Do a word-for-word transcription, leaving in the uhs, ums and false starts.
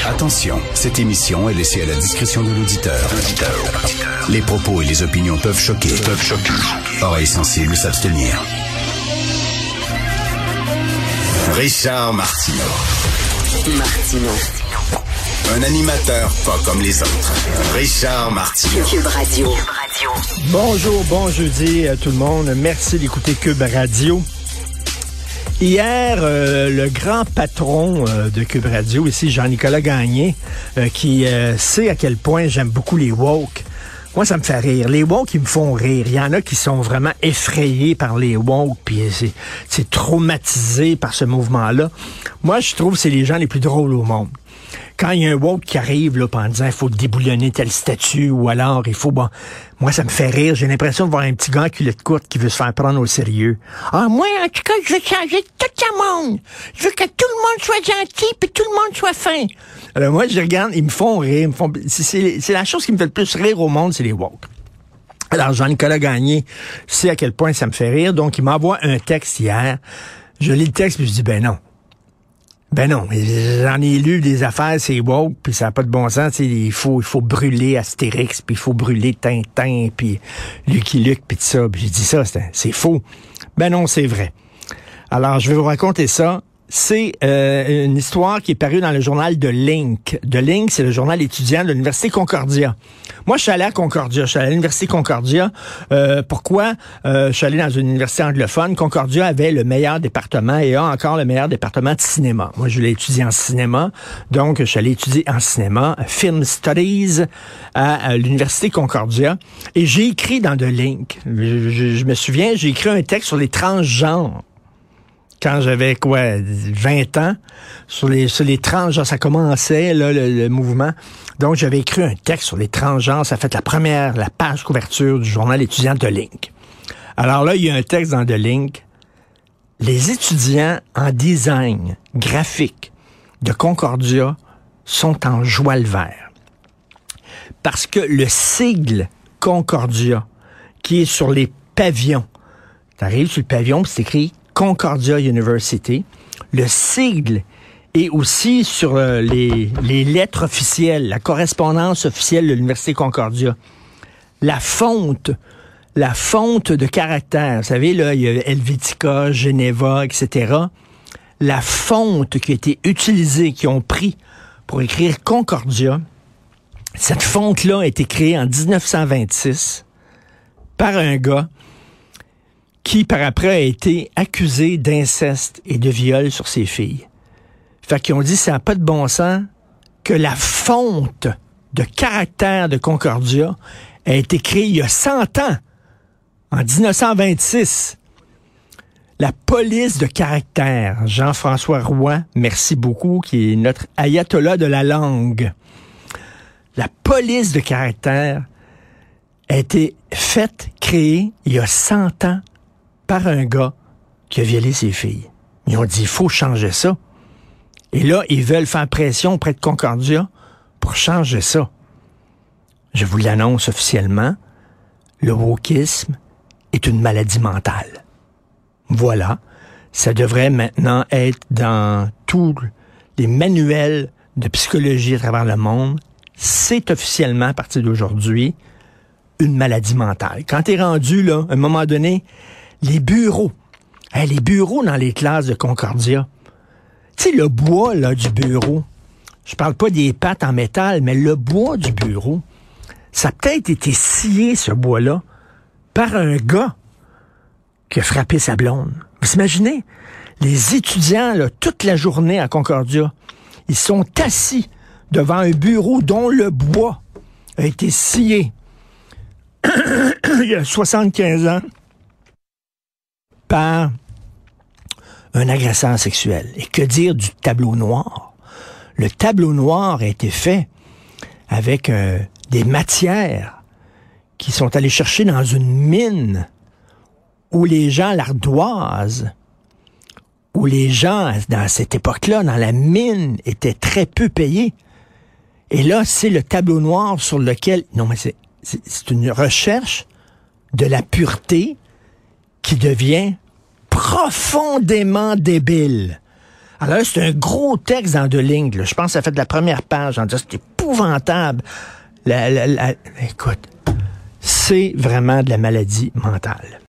Attention, cette émission est laissée à la discrétion de l'auditeur. Les propos et les opinions peuvent choquer. Peuvent choquer. Oreilles sensibles s'abstenir. Richard Martineau. Martineau. Un animateur pas comme les autres. Richard Martineau. Cube Radio. Bonjour, bon jeudi à tout le monde. Merci d'écouter Cube Radio. Hier, euh, le grand patron euh, de Cube Radio, ici Jean-Nicolas Gagné, euh, qui euh, sait à quel point j'aime beaucoup les woke. Moi, ça me fait rire. Les woke, ils me font rire. Il y en a qui sont vraiment effrayés par les woke, puis c'est, c'est traumatisé par ce mouvement-là. Moi, je trouve que c'est les gens les plus drôles au monde. Quand il y a un woke qui arrive là, en disant il faut déboulonner tel statut ou alors il faut... bon, moi, ça me fait rire. J'ai l'impression de voir un petit gars en culotte courte qui veut se faire prendre au sérieux. Ah, moi, en tout cas, je veux changer tout le monde. Je veux que tout le monde soit gentil puis tout le monde soit fin. Alors moi, je regarde, ils me font rire. Ils me font... C'est, c'est, c'est la chose qui me fait le plus rire au monde, c'est les woke. Alors, Jean-Nicolas Gagné sait à quel point ça me fait rire. Donc, il m'envoie un texte hier. Je lis le texte puis je dis, ben non. Ben non, j'en ai lu des affaires, c'est woke, puis ça n'a pas de bon sens. Il faut, il faut brûler Astérix, puis il faut brûler Tintin, puis Lucky Luke, puis tout ça. Puis j'ai dit ça, c'est, c'est faux. Ben non, c'est vrai. Alors, je vais vous raconter ça. C'est euh, une histoire qui est parue dans le journal de Link. De Link, c'est le journal étudiant de l'Université Concordia. Moi, je suis allé à Concordia. Je suis allé à l'Université Concordia. Euh, pourquoi? Euh, je suis allé dans une université anglophone. Concordia avait le meilleur département et a encore le meilleur département de cinéma. Moi, je voulais étudier en cinéma. Donc, je suis allé étudier en cinéma, Film Studies, à, à l'Université Concordia. Et j'ai écrit dans de Link. Je, je, je me souviens, j'ai écrit un texte sur les transgenres. Quand j'avais, quoi, vingt ans, sur les, sur les transgenres, ça commençait, là, le, le mouvement. Donc, j'avais écrit un texte sur les transgenres. Ça a fait la première, la page couverture du journal étudiant de Link. Alors là, il y a un texte dans de Link. Les étudiants en design graphique de Concordia sont en joie le vert. Parce que le sigle Concordia, qui est sur les pavillons, t'arrives sur le pavillon, puis c'est écrit Concordia University. Le sigle est aussi sur euh, les, les lettres officielles, la correspondance officielle de l'Université Concordia. La fonte, la fonte de caractères, vous savez, là, il y a Helvetica, Geneva, et cetera. La fonte qui a été utilisée, qui ont pris pour écrire Concordia, cette fonte-là a été créée en dix-neuf cent vingt-six par un gars qui, par après, a été accusé d'inceste et de viol sur ses filles. Fait qu'ils ont dit, ça n'a pas de bon sens que la fonte de caractère de Concordia a été créée il y a cent ans, en dix-neuf cent vingt-six. La police de caractère, Jean-François Roy, merci beaucoup, qui est notre ayatollah de la langue. La police de caractère a été faite, créée, il y a cent ans, par un gars qui a violé ses filles. Ils ont dit, il faut changer ça. Et là, ils veulent faire pression auprès de Concordia pour changer ça. Je vous l'annonce officiellement, le wokisme est une maladie mentale. Voilà. Ça devrait maintenant être dans tous les manuels de psychologie à travers le monde. C'est officiellement, à partir d'aujourd'hui, une maladie mentale. Quand t'es rendu, là, à un moment donné, les bureaux. Hey, les bureaux dans les classes de Concordia. Tu sais, le bois là, du bureau. Je parle pas des pattes en métal, mais le bois du bureau. Ça a peut-être été scié, ce bois-là, par un gars qui a frappé sa blonde. Vous imaginez? Les étudiants, là, toute la journée à Concordia, ils sont assis devant un bureau dont le bois a été scié il y a soixante-quinze ans. Par un agresseur sexuel. Et que dire du tableau noir? Le tableau noir a été fait avec euh, des matières qui sont allées chercher dans une mine où les gens, l'ardoise, où les gens, dans cette époque-là, dans la mine, étaient très peu payés. Et là, c'est le tableau noir sur lequel... Non, mais c'est, c'est, c'est une recherche de la pureté qui devient profondément débile. Alors là, c'est un gros texte dans deux lignes. Là. Je pense que ça fait de la première page en disant c'est épouvantable. La, la, la, écoute, c'est vraiment de la maladie mentale.